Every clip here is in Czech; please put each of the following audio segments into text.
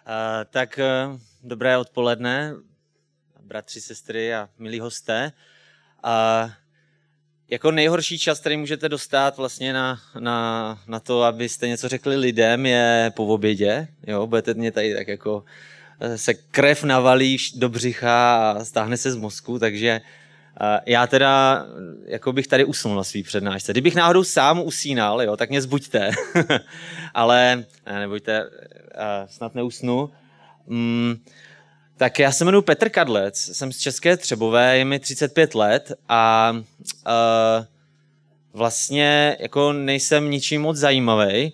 Dobré odpoledne, bratři, sestry a milí hosté. Jako nejhorší čas, který můžete dostat vlastně na to, abyste něco řekli lidem, je po obědě. Jo, budete mě tady tak jako se krev navalí do břicha a stáhne se z mozku, takže já teda jako bych tady usnul na svý přednášce. Kdybych náhodou sám usínal, jo, tak mě zbuďte, ale nebojte, snad neusnu. Tak já se jmenuji Petr Kadlec, jsem z České Třebové, je mi 35 let a vlastně jako nejsem ničím moc zajímavý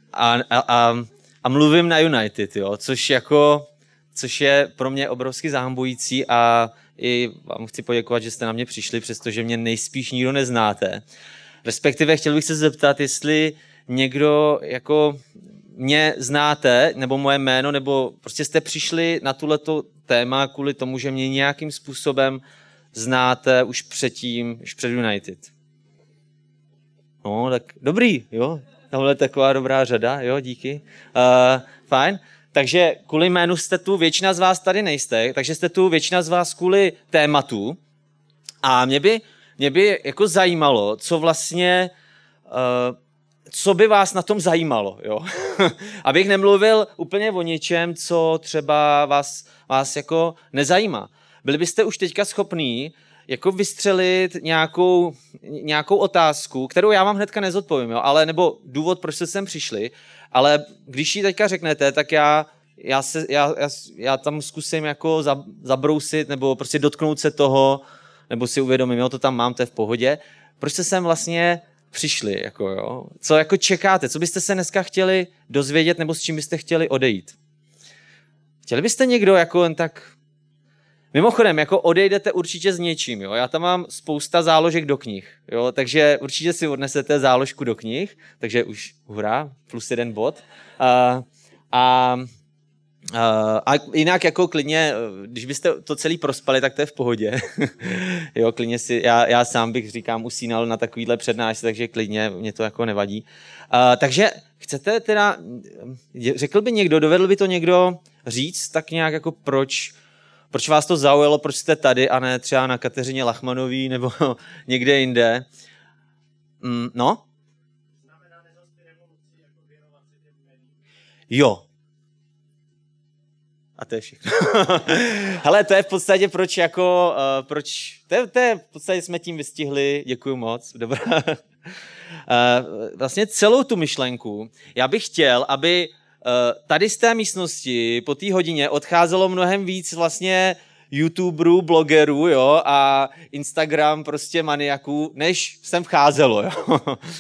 a mluvím na United, jo, což je pro mě obrovsky zahambující a i vám chci poděkovat, že jste na mě přišli, přestože mě nejspíš nikdo neznáte. Respektive chtěl bych se zeptat, jestli někdo jako mě znáte, nebo moje jméno, nebo prostě jste přišli na tuhleto téma kvůli tomu, že mě nějakým způsobem znáte už předtím, už před United. No, tak dobrý, jo. Tohle je taková dobrá řada, jo, díky. Fajn. Takže kvůli jménu jste tu, většina z vás tady nejste, takže jste tu většina z vás kvůli tématu. A mě by jako zajímalo, co vlastně, co by vás na tom zajímalo, jo. Abych nemluvil úplně o něčem, co třeba vás jako nezajímá. Byli byste už teďka schopní jako vystřelit nějakou otázku, kterou já vám hnedka nezodpovím, jo, ale nebo důvod, proč jste sem přišli, ale když ji teďka řeknete, tak já tam zkusím jako zabrousit nebo prostě dotknout se toho, nebo si uvědomím, jo, to tam mám, to je v pohodě. Proč jste sem vlastně přišli, jako jo? Co jako čekáte, co byste se dneska chtěli dozvědět, nebo s čím byste chtěli odejít? Chtěli byste někdo jako jen tak... Mimochodem, jako odejdete určitě s něčím, jo? Já tam mám spousta záložek do knih, jo? Takže určitě si odnesete záložku do knih, takže už hurá, plus 1 bod. A jinak jako klidně, když byste to celý prospali, tak to je v pohodě. Jo, klidně si, já sám bych, říkám, usínal na takovýhle přednášce, takže klidně mě to jako nevadí. Takže chcete teda, řekl by někdo, dovedl by to někdo říct tak nějak jako proč vás to zaujalo, proč jste tady a ne třeba na Kateřině Lachmanový nebo někde jinde? No? Jo. A to je všechno. Hele, to je v podstatě proč to je v podstatě jsme tím vystihli, děkuju moc, dobrá. Vlastně celou tu myšlenku, já bych chtěl, aby tady z té místnosti po té hodině odcházelo mnohem víc vlastně youtuberů, blogerů, jo, a Instagram prostě maniaků, než sem vcházelo, jo.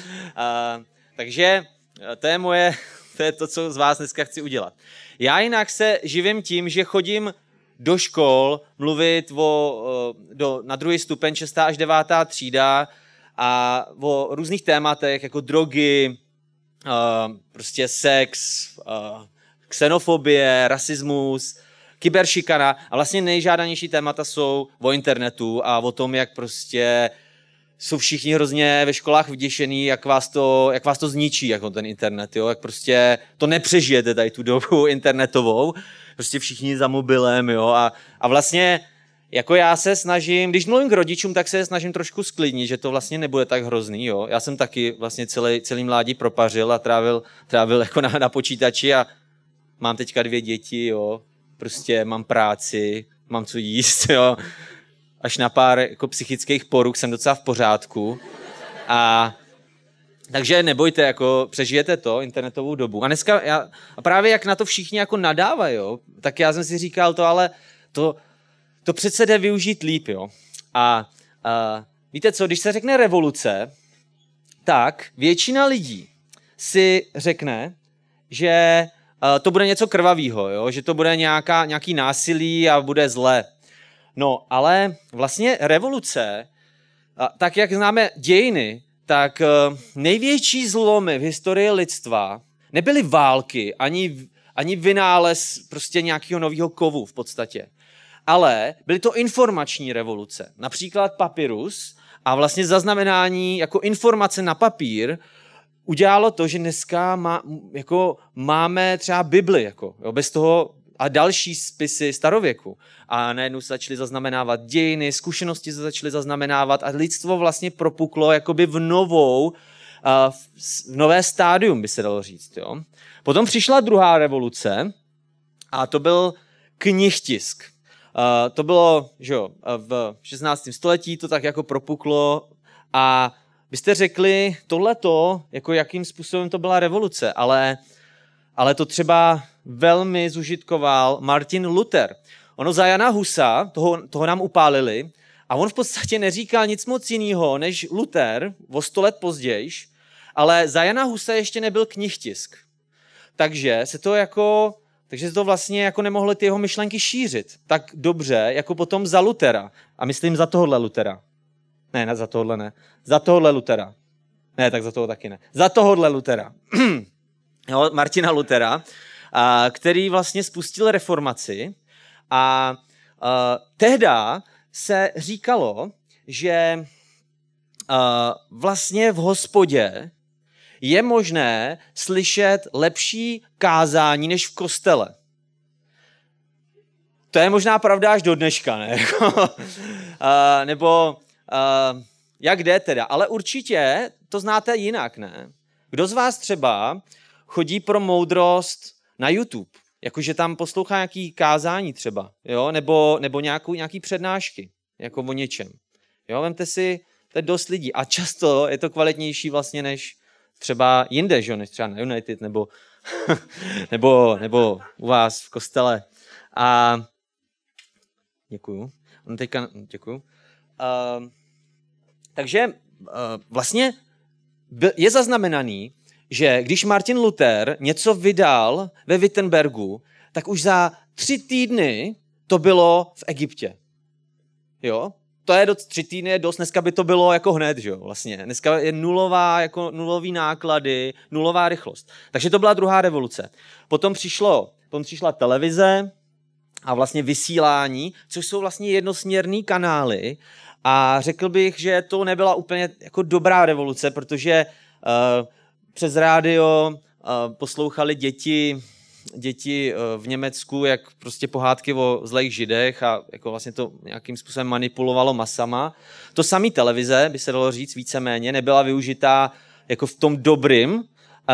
Takže to je to, co z vás dneska chci udělat. Já jinak se živím tím, že chodím do škol mluvit na druhý stupeň, 6. až 9. třída a o různých tématech, jako drogy, prostě sex, xenofobie, rasismus, kyberšikana a vlastně nejžádanější témata jsou o internetu a o tom, jak prostě jsou všichni hrozně ve školách vděšený, jak vás to zničí, jako ten internet, jo? Jak prostě to nepřežijete tady tu dobu internetovou, prostě všichni za mobilem, jo? A vlastně jako já se snažím, když mluvím k rodičům, tak se snažím trošku sklidnit, že to vlastně nebude tak hrozný, jo? Já jsem taky vlastně celý mládí propařil a trávil jako na počítači a mám teďka 2 děti, jo? Prostě mám práci, mám co jíst, jo? Až na pár jako psychických poruch jsem docela v pořádku. Takže nebojte, jako přežijete to, internetovou dobu. A dneska, a právě jak na to všichni jako nadávají, jo, tak já jsem si říkal ale to přece jde využít líp, jo. A víte co, když se řekne revoluce, tak většina lidí si řekne, že to bude něco krvavého, jo, že to bude nějaký násilí a bude zlé. No, ale vlastně revoluce, tak jak známe dějiny, tak největší zlomy v historii lidstva nebyly války, ani vynález prostě nějakého nového kovu v podstatě. Ale byly to informační revoluce. Například papyrus a vlastně zaznamenání jako informace na papír udělalo to, že dneska máme třeba Bibli. Bez toho a další spisy starověku. A najednou se začaly zaznamenávat dějiny, zkušenosti se začaly zaznamenávat a lidstvo vlastně propuklo jakoby v nové stádium, by se dalo říct. Jo. Potom přišla druhá revoluce a to byl knihtisk. To bylo, že jo, v 16. století to tak jako propuklo a byste řekli tohleto, jako jakým způsobem to byla revoluce, ale to třeba velmi zužitkoval Martin Luther. Ono za Jana Husa, toho nám upálili, a on v podstatě neříkal nic moc jiného než Luther o 100 let později, ale za Jana Husa ještě nebyl knihtisk. Takže se to vlastně jako nemohly ty jeho myšlenky šířit tak dobře, jako potom za Luthera. A myslím za tohohle Luthera. Ne, za tohohle ne. Za tohohle Luthera. Ne, tak za toho taky ne. Za tohohle Luthera. Jo, Martina Luthera, který vlastně spustil reformaci a tehda se říkalo, že vlastně v hospodě je možné slyšet lepší kázání než v kostele. To je možná pravda až do dneška, ne? Nebo jak jde teda? Ale určitě to znáte jinak, ne? Kdo z vás třeba chodí pro moudrost na YouTube? Jakože tam poslouchá nějaký kázání třeba, jo? Nebo nějaký přednášky, jako o něčem. Jo, vemte si, to je dost lidí. A často je to kvalitnější vlastně než třeba jinde, že? Než třeba na United, nebo u vás v kostele. A děkuju. Takže vlastně je zaznamenaný, že když Martin Luther něco vydal ve Wittenbergu, tak už za 3 týdny to bylo v Egyptě. Jo? To je 3 týdny je dost, dneska by to bylo jako hned, že jo, vlastně. Dneska je nulový náklady, nulová rychlost. Takže to byla druhá revoluce. Potom přišla televize a vlastně vysílání, což jsou vlastně jednosměrný kanály a řekl bych, že to nebyla úplně jako dobrá revoluce, protože přes rádio poslouchali děti v Německu, jak prostě pohádky o zlých židech a jako vlastně to nějakým způsobem manipulovalo masama. To samý televize, by se dalo říct víceméně, nebyla využitá jako v tom dobrým,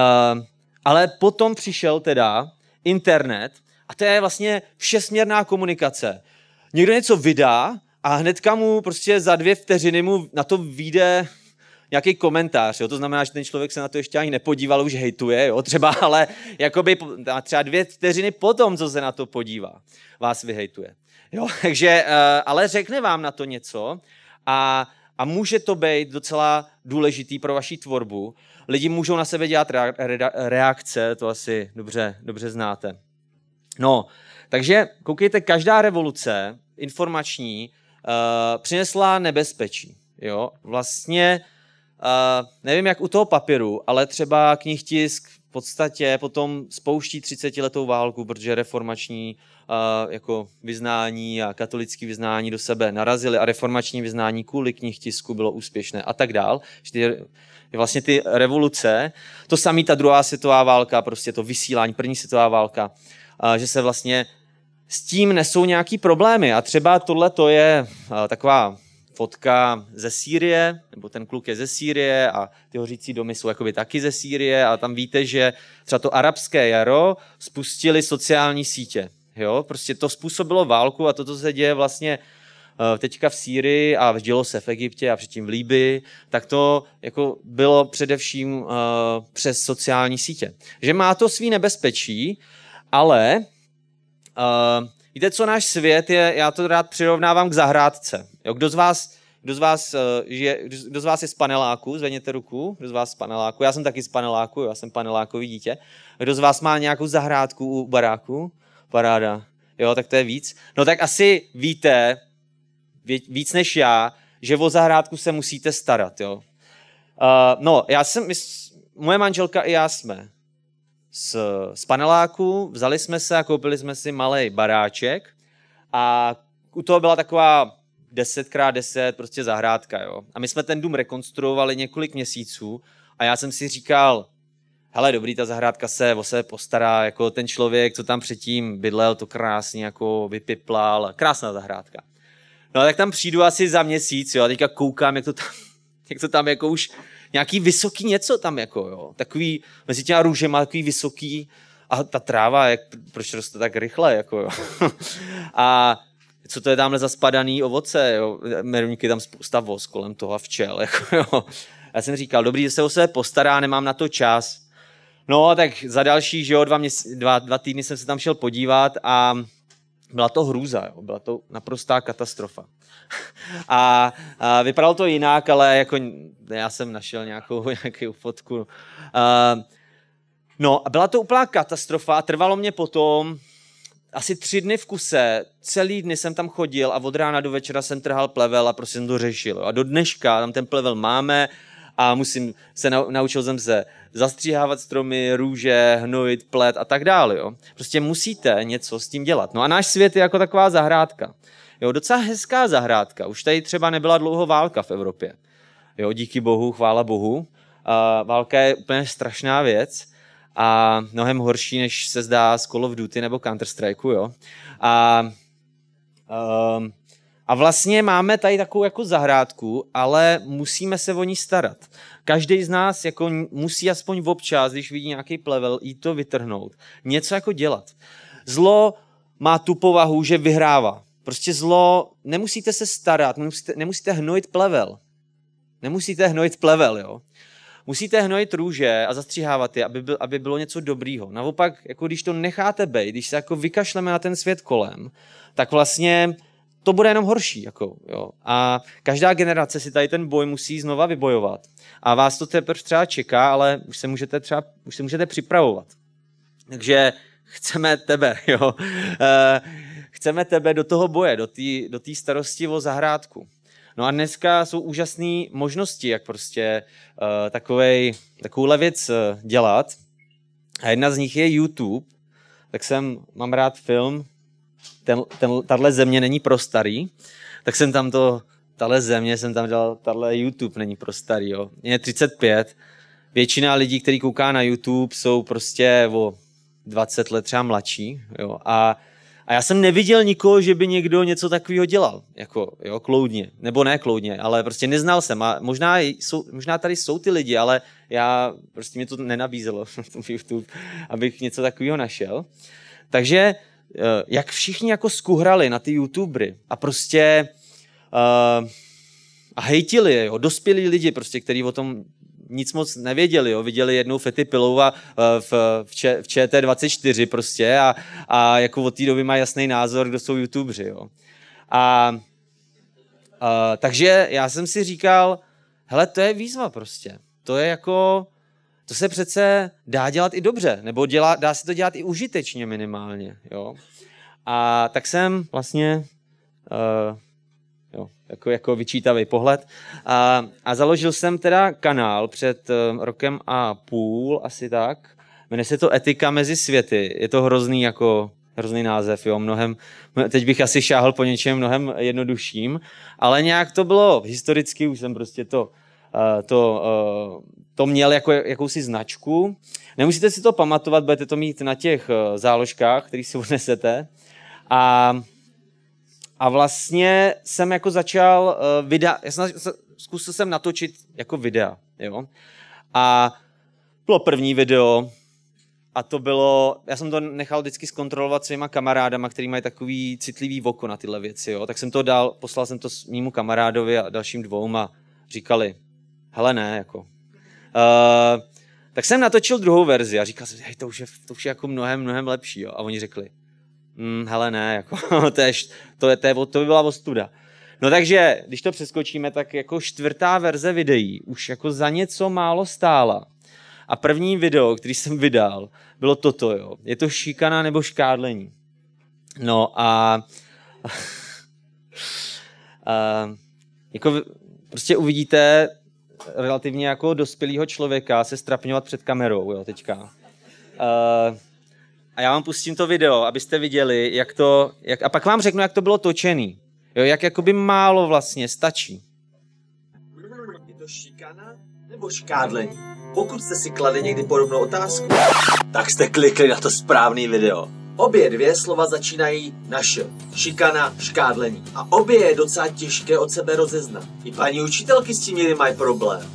ale potom přišel teda internet a to je vlastně všesměrná komunikace. Někdo něco vydá a hnedka mu prostě za 2 vteřiny mu na to vyjde nějaký komentář, jo? To znamená, že ten člověk se na to ještě ani nepodíval, už hejtuje, jo? Třeba, ale jakoby třeba 2 vteřiny potom, co se na to podívá, vás vyhejtuje. Jo? Takže, ale řekne vám na to něco a může to být docela důležitý pro vaši tvorbu. Lidi můžou na sebe dělat reakce, to asi dobře znáte. No, takže koukejte, každá revoluce informační přinesla nebezpečí. Jo? Vlastně nevím, jak u toho papíru, ale třeba knihtisk v podstatě potom spouští 30letou válku, protože reformační jako vyznání a katolické vyznání do sebe narazily a reformační vyznání kvůli knihtisku bylo úspěšné a tak dál. Vlastně ty revoluce, to samý ta druhá světová válka, prostě to vysílání, první světová válka, že se vlastně s tím nesou nějaký problémy a třeba tohle to je taková fotka ze Sýrie, nebo ten kluk je ze Sýrie a ty hořící domy jsou jakoby taky ze Sýrie a tam víte, že třeba to arabské jaro spustili sociální sítě. Jo? Prostě to způsobilo válku a toto se děje vlastně teďka v Sýrii a dělo se v Egyptě a předtím v Líbii, tak to jako bylo především přes sociální sítě. Že má to svý nebezpečí, ale víte, co náš svět je, já to rád přirovnávám k zahrádce. Jo, kdo z vás je z paneláku? Zvedněte ruku. Kdo z vás z paneláku? Já jsem taky z paneláku, já jsem panelákový dítě. Kdo z vás má nějakou zahrádku u baráku? Paráda. Jo, tak to je víc. No tak asi víte, víc než já, že o zahrádku se musíte starat. Jo. Moje manželka i já jsme z paneláku, vzali jsme se a koupili jsme si malej baráček a u toho byla taková 10x10 prostě zahrádka, jo. A my jsme ten dům rekonstruovali několik měsíců a já jsem si říkal, hele, dobrý, ta zahrádka se o sebe postará, jako ten člověk, co tam předtím bydlel, to krásně jako vypiplal, krásná zahrádka. No tak tam přijdu asi za měsíc, jo, a teďka koukám, jak to tam jako už nějaký vysoký něco tam jako, jo, takový, mezi těma růžema takový vysoký, a ta tráva, proč roste tak rychle, jako jo. A co to je tamhle zaspadaný ovoce, jo, meruňky, tam spousta voz kolem toho a včel, jako jo. Já jsem říkal, dobrý, že se o sebe postará, nemám na to čas. No, tak za další, že jo, 2 týdny jsem se tam šel podívat a byla to hrůza, jo, byla to naprostá katastrofa. A vypadalo to jinak, ale jako já jsem našel nějakou fotku. No a byla to úplná katastrofa a trvalo mě potom asi 3 dny v kuse, celý dny jsem tam chodil a od rána do večera jsem trhal plevel a prostě jsem to řešil. A do dneška tam ten plevel máme a naučil jsem se zastříhávat stromy, růže, hnojit, plet a tak dále. Jo. Prostě musíte něco s tím dělat. No a náš svět je jako taková zahrádka. Jo, docela hezká zahrádka. Už tady třeba nebyla dlouho válka v Evropě. Jo, díky bohu, chvála bohu. Válka je úplně strašná věc a mnohem horší, než se zdá z Call of Duty nebo Counter-Strike, jo. A vlastně máme tady takovou jako zahrádku, ale musíme se o ní starat. Každý z nás jako musí aspoň občas, když vidí nějaký plevel, jít to vytrhnout. Něco jako dělat. Zlo má tu povahu, že vyhrává. Prostě zlo, nemusíte se starat, nemusíte hnojit plevel. Nemusíte hnojit plevel, jo. Musíte hnojit růže a zastříhávat je, aby bylo něco dobrýho. Naopak, jako když to necháte bejt, když se jako vykašleme na ten svět kolem, tak vlastně to bude jenom horší. Jako, jo. A každá generace si tady ten boj musí znova vybojovat. A vás to teprve třeba čeká, ale už se můžete připravovat. Takže chceme tebe, jo. Chceme tebe do toho boje, do té starosti o zahrádku. No a dneska jsou úžasné možnosti, jak prostě takovouhle věc dělat. A jedna z nich je YouTube. Tak mám rád film Tahle země není pro starý. Tak jsem tam tahle země jsem tam dal, tahle YouTube není pro starý. Jo. Je 35. Většina lidí, kteří kouká na YouTube, jsou prostě o 20 let třeba mladší. Jo. A já jsem neviděl nikoho, že by někdo něco takového dělal, jako jo, kloudně, nebo ne kloudně, ale prostě neznal jsem a možná tady jsou ty lidi, ale prostě mě to nenabízelo na tom YouTube, abych něco takového našel. Takže jak všichni jako skuhrali na ty YouTubery a prostě a hejtili je, jo, dospělí lidi prostě, kteří o tom nic moc nevěděli, jo. Viděli jednou Fety Pilova v ČT24 prostě a jako od té doby má jasný názor, kdo jsou YouTubeři, jo. Takže já jsem si říkal, hele, to je výzva prostě. To se přece dá dělat i dobře, nebo dá se to dělat i užitečně minimálně, jo. A tak jsem vlastně jako vyčítavý pohled. A založil jsem teda kanál před 1,5 roku, asi tak. Jmenuje se to Etika mezi světy. Je to hrozný název, jo. Teď bych asi šáhl po něčem mnohem jednodušším, ale nějak to bylo historicky, už jsem prostě to měl jako jakousi značku. Nemusíte si to pamatovat, budete to mít na těch záložkách, který si odnesete. A vlastně jsem jako začal zkusil jsem natočit jako videa, jo. A bylo první video a to bylo, já jsem to nechal vždycky zkontrolovat svýma kamarádama, který mají takový citlivý oko na tyhle věci, jo. Tak jsem to poslal jsem to mému kamarádovi a dalším 2 a říkali, hele ne, jako. Tak jsem natočil druhou verzi a říkal jsem, hej, to už je jako mnohem lepší, jo. A oni řekli, hele ne, jako, to by byla ostuda. No takže, když to přeskočíme, tak jako 4. verze videí už jako za něco málo stála. A první video, který jsem vydal, bylo toto, jo. Je to šikana nebo škádlení. No a jako prostě uvidíte relativně jako dospělého člověka se strapňovat před kamerou, jo, teďka. A já vám pustím to video, abyste viděli, a pak vám řeknu, jak to bylo točený. Jo, jak jakoby málo vlastně stačí. Je to šikana nebo škádlení? Pokud jste si kladli někdy podobnou otázku, tak jste klikli na to správný video. Obě dvě slova začínají na š. Šikana, škádlení. A obě je docela těžké od sebe rozeznat. I paní učitelky s tím někdy mají problém.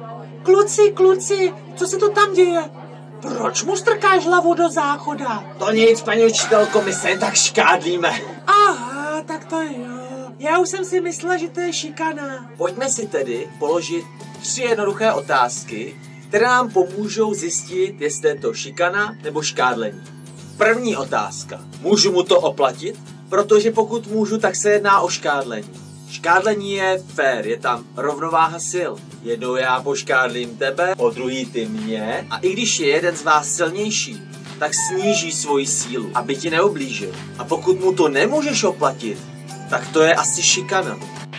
Kluci, co se to tam děje? Proč mu strkáš hlavu do záchoda? To nic, paní učitelko, my se jen tak škádlíme. Aha, tak to jo. Já už jsem si myslela, že to je šikana. Pojďme si tedy položit 3 jednoduché otázky, které nám pomůžou zjistit, jestli je to šikana nebo škádlení. První otázka. Můžu mu to oplatit? Protože pokud můžu, tak se jedná o škádlení. Škádlení je fair, je tam rovnováha sil. Jednou já poškádlím tebe, po druhý ty mě. A i když je jeden z vás silnější, tak sníží svoji sílu, aby ti neublížil. A pokud mu to nemůžeš oplatit, tak to je asi šikana.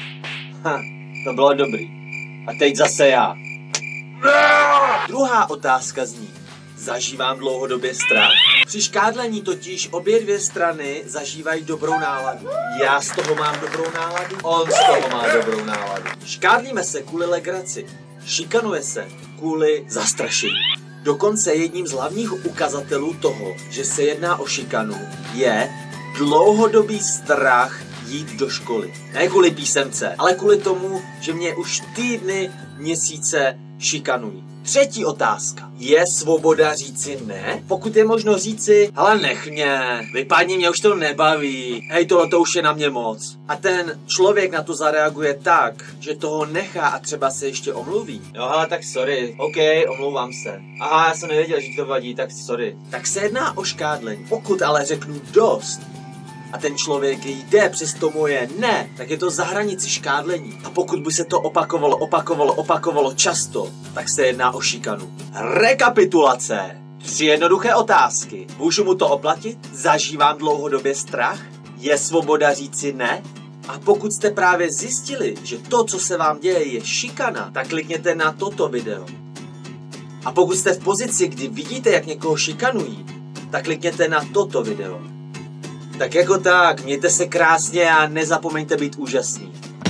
To bylo dobrý. A teď zase já. Druhá otázka zní. Zažívám dlouhodobě strach? Při škádlení totiž obě dvě strany zažívají dobrou náladu. Já z toho mám dobrou náladu, on z toho má dobrou náladu. Škádlíme se kvůli legraci, šikanuje se kvůli zastrašení. Dokonce jedním z hlavních ukazatelů toho, že se jedná o šikanu, je dlouhodobý strach jít do školy. Ne kvůli písemce, ale kvůli tomu, že mě už týdny, měsíce šikanují. Třetí otázka. Je svoboda říci ne? Pokud je možno říci, ale nech mě, vypadni, mě už to nebaví, hej, tohle to už je na mě moc. A ten člověk na to zareaguje tak, že toho nechá a třeba se ještě omluví. Jo, ale tak sorry, OK, omlouvám se. Aha, já jsem nevěděl, že ti to vadí, tak sorry. Tak se jedná o škádlení. Pokud ale řeknu dost, a ten člověk jde přes to moje ne, tak je to za hranici škádlení. A pokud by se to opakovalo často, tak se jedná o šikanu. Rekapitulace. 3 jednoduché otázky. Můžu mu to oplatit? Zažívám dlouhodobě strach? Je svoboda říci ne? A pokud jste právě zjistili, že to, co se vám děje, je šikana, tak klikněte na toto video. A pokud jste v pozici, kdy vidíte, jak někoho šikanují, tak klikněte na toto video. Tak jako tak, mějte se krásně a nezapomeňte být úžasní.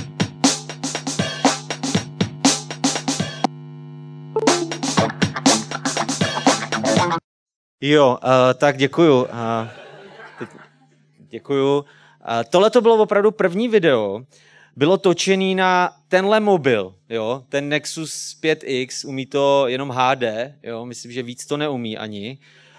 Jo, tak děkuju. Děkuju. Tohle to bylo opravdu první video. Bylo točený na tenhle mobil, jo, ten Nexus 5X, umí to jenom HD, jo, myslím, že víc to neumí ani.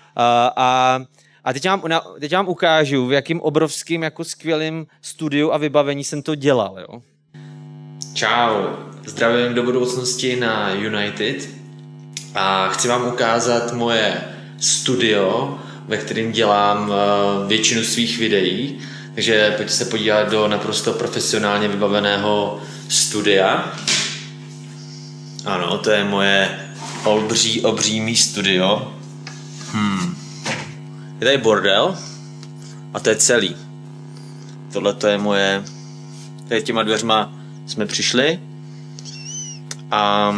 A teď vám ukážu, v jakým obrovským, jako skvělým studiu a vybavení jsem to dělal, jo. Čau, zdravím do budoucnosti na United a chci vám ukázat moje studio, ve kterém dělám většinu svých videí. Takže pojďte se podívat do naprosto profesionálně vybaveného studia. Ano, to je moje obří mý studio. Je tady bordel a to je celý. Tohle to je moje... Tady těma dveřma jsme přišli. A...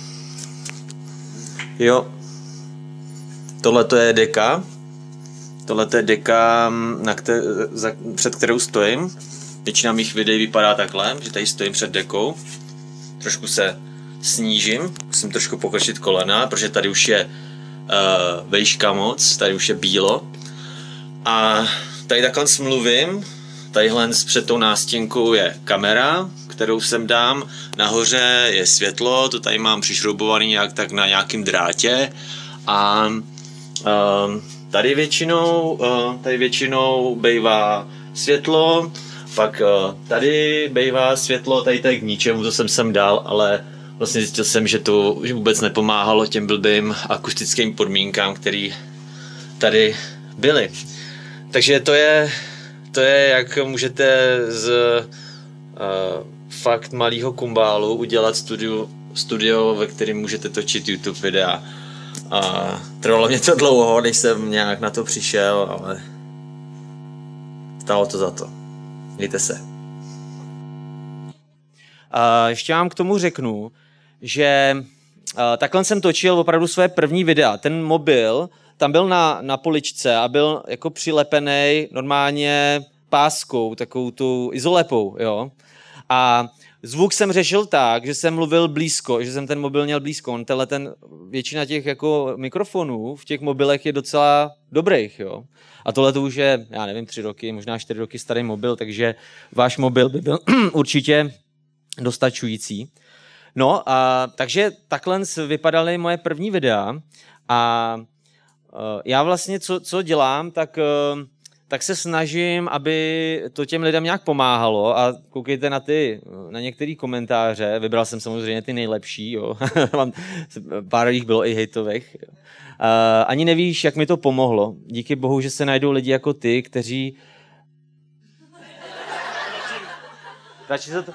Jo. Tohle to je deka. Tohle je deka, před kterou stojím. Většina mých videí vypadá takhle, že tady stojím před dekou. Trošku se snížím, musím trošku pokročit kolena, protože tady už je vejška moc, tady už je bílo. A tady takhle mluvím, tadyhle před tou nástěnkou je kamera, kterou sem dám, nahoře je světlo, to tady mám přišroubovaný nějak tak na nějakým drátě a tady většinou bejvá světlo, pak tady bejvá světlo, tady to je k ničemu, to jsem sem dal, ale vlastně zjistil jsem, že to už vůbec nepomáhalo těm blbým akustickým podmínkám, které tady byly. Takže to je, jak můžete z fakt malého kumbálu udělat studio, ve kterém můžete točit YouTube videa. A trvalo mě to dlouho, než jsem nějak na to přišel, ale stálo to za to. Mějte se. Ještě vám k tomu řeknu, že takhle jsem točil opravdu své první videa. Ten mobil tam byl na poličce a byl jako přilepený normálně páskou, takovou tu izolepou, jo. A Zvuk jsem řešil tak, že jsem mluvil blízko, že jsem ten mobil měl blízko. Většina těch jako mikrofonů v těch mobilech je docela dobrých, jo. A tohle to už je, já nevím, 3 roky, možná 4 roky starý mobil, takže váš mobil by byl určitě dostačující. No a takže takhle vypadaly moje první videa a já vlastně, co dělám, tak se snažím, aby to těm lidem nějak pomáhalo a koukejte na některé komentáře, vybral jsem samozřejmě ty nejlepší, jo. Pár jich bylo i hejtových. Ani nevíš, jak mi to pomohlo. Díky bohu, že se najdou lidi jako ty, kteří... Radši se to...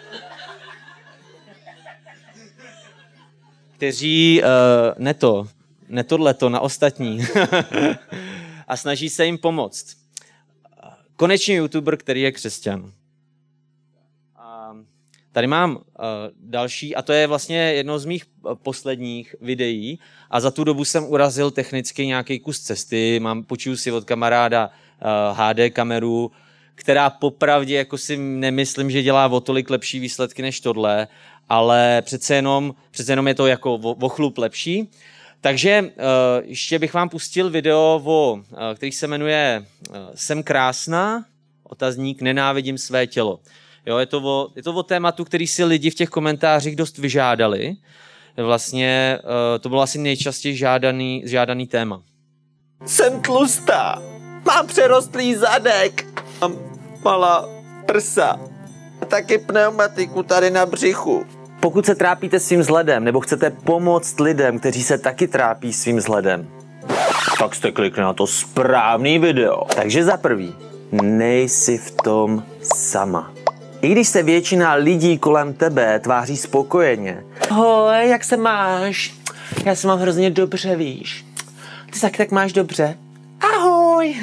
Kteří netohleto na ostatní a snaží se jim pomoct. Konečně youtuber, který je křesťan. A tady mám další, a to je vlastně jedno z mých posledních videí a za tu dobu jsem urazil technicky nějaký kus cesty, půjčuju si od kamaráda HD kameru, která popravdě jako si nemyslím, že dělá o tolik lepší výsledky než tohle, ale přece jenom je to jako o chlup lepší. Takže ještě bych vám pustil video, který se jmenuje Jsem krásná, otazník, nenávidím své tělo. Jo, je to o tématu, který si lidi v těch komentářích dost vyžádali. Vlastně to bylo asi nejčastěji žádaný téma. Jsem tlustá, mám přerostlý zadek, mám malá prsa a taky pneumatiku tady na břichu. Pokud se trápíte svým vzhledem, nebo chcete pomoct lidem, kteří se taky trápí svým vzhledem, tak jste klikli na to správný video. Takže za prvý, nejsi v tom sama. I když se většina lidí kolem tebe tváří spokojeně. Ahoj, jak se máš? Já se mám hrozně dobře, víš. Ty taky tak máš dobře? Ahoj.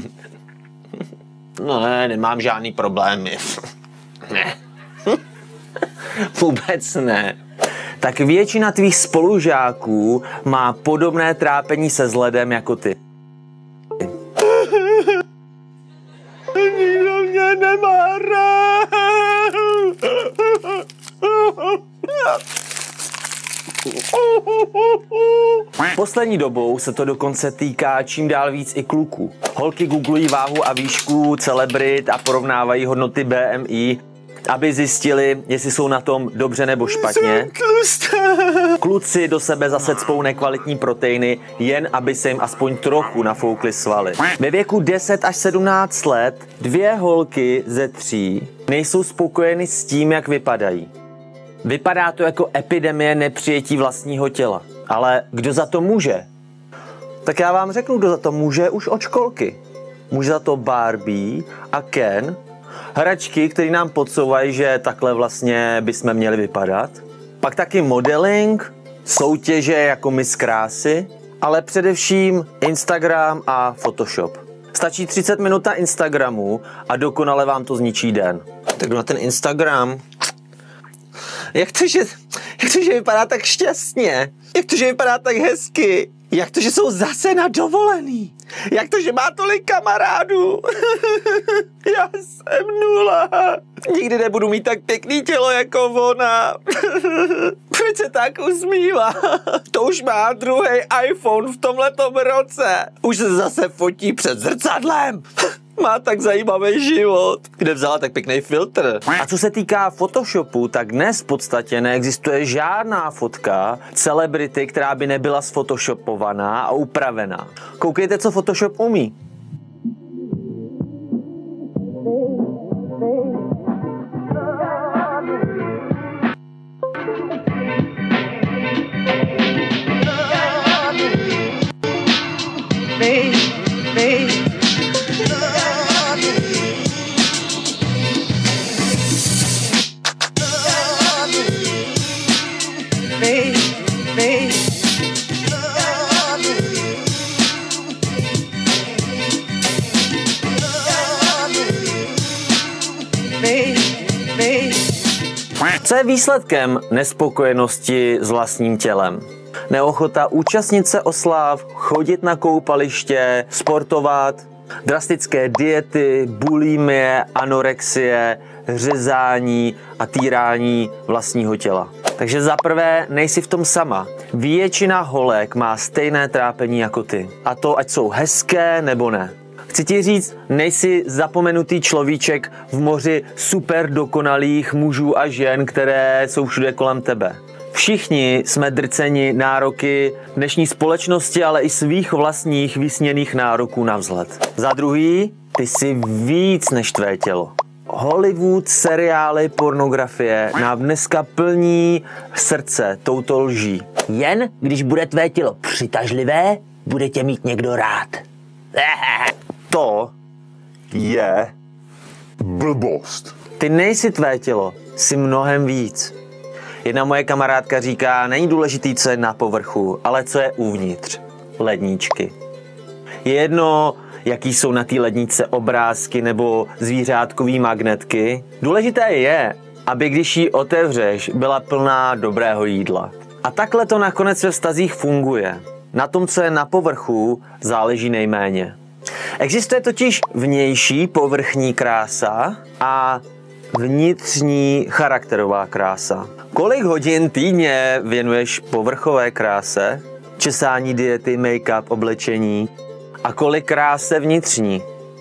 No ne, nemám žádný problémy. Ne. Vůbec ne. Tak většina tvých spolužáků má podobné trápení se vzhledem jako ty. Nikdo mě nemá rád. Poslední dobou se to dokonce týká čím dál víc i kluků. Holky googlují váhu a výšku celebrit a porovnávají hodnoty BMI, aby zjistili, jestli jsou na tom dobře nebo špatně. Kluci do sebe zase cpou nekvalitní proteiny, jen aby se jim aspoň trochu nafoukly svaly. Ve věku 10 až 17 let 2 holky ze 3 nejsou spokojeny s tím, jak vypadají. Vypadá to jako epidemie nepřijetí vlastního těla. Ale kdo za to může? Tak já vám řeknu, kdo za to může už od školky. Může za to Barbie a Ken, hračky, které nám podsouvají, že takhle vlastně bychom měli vypadat. Pak taky modeling, soutěže jako Miss Krásy, ale především Instagram a Photoshop. Stačí 30 minut na Instagramu a dokonale vám to zničí den. Tak na ten Instagram. Jak to, že vypadá tak šťastně? Jak to, že vypadá tak hezky? Jak to, že jsou zase na dovolený? Jak to, že má tolik kamarádů? Já jsem 0. Nikdy nebudu mít tak pěkný tělo jako ona. Proč se tak usmívá? To už má druhý iPhone v tomhletom roce. Už se zase fotí před zrcadlem. Má tak zajímavý život. Kde vzala tak pěkný filtr? A co se týká Photoshopu, tak dnes v podstatě neexistuje žádná fotka celebrity, která by nebyla sfotoshopovaná a upravená. Koukejte, co Photoshop umí. Co je výsledkem nespokojenosti s vlastním tělem? Neochota účastnit se oslav, chodit na koupaliště, sportovat, Drastické diety, bulimie, anorexie, řezání a týrání vlastního těla. Takže za prvé nejsi v tom sama. Většina holek má stejné trápení jako ty. A to ať jsou hezké nebo ne. Chci ti říct, nejsi zapomenutý človíček v moři super dokonalých mužů a žen, které jsou všude kolem tebe. Všichni jsme drceni nároky dnešní společnosti, ale i svých vlastních vysněných nároků na vzhled. Za druhý, ty jsi víc než tvé tělo. Hollywood, seriály, pornografie nám dneska plní srdce touto lží. Jen když bude tvé tělo přitažlivé, bude tě mít někdo rád. To je Blbost. Ty nejsi tvé tělo, jsi mnohem víc. Jedna moje kamarádka říká, není důležitý, co je na povrchu, ale co je uvnitř. Ledničky. Je jedno, jaký jsou na té ledničce obrázky nebo zvířátkový magnetky. Důležité je, aby když ji otevřeš, byla plná dobrého jídla. A takhle to nakonec ve vztazích funguje. Na tom, co je na povrchu, záleží nejméně. Existuje totiž vnější povrchní krása a vnitřní charakterová krása. Kolik hodin týdně věnuješ povrchové kráse, česání diety, make-up, oblečení a kolik kráse vnitřní?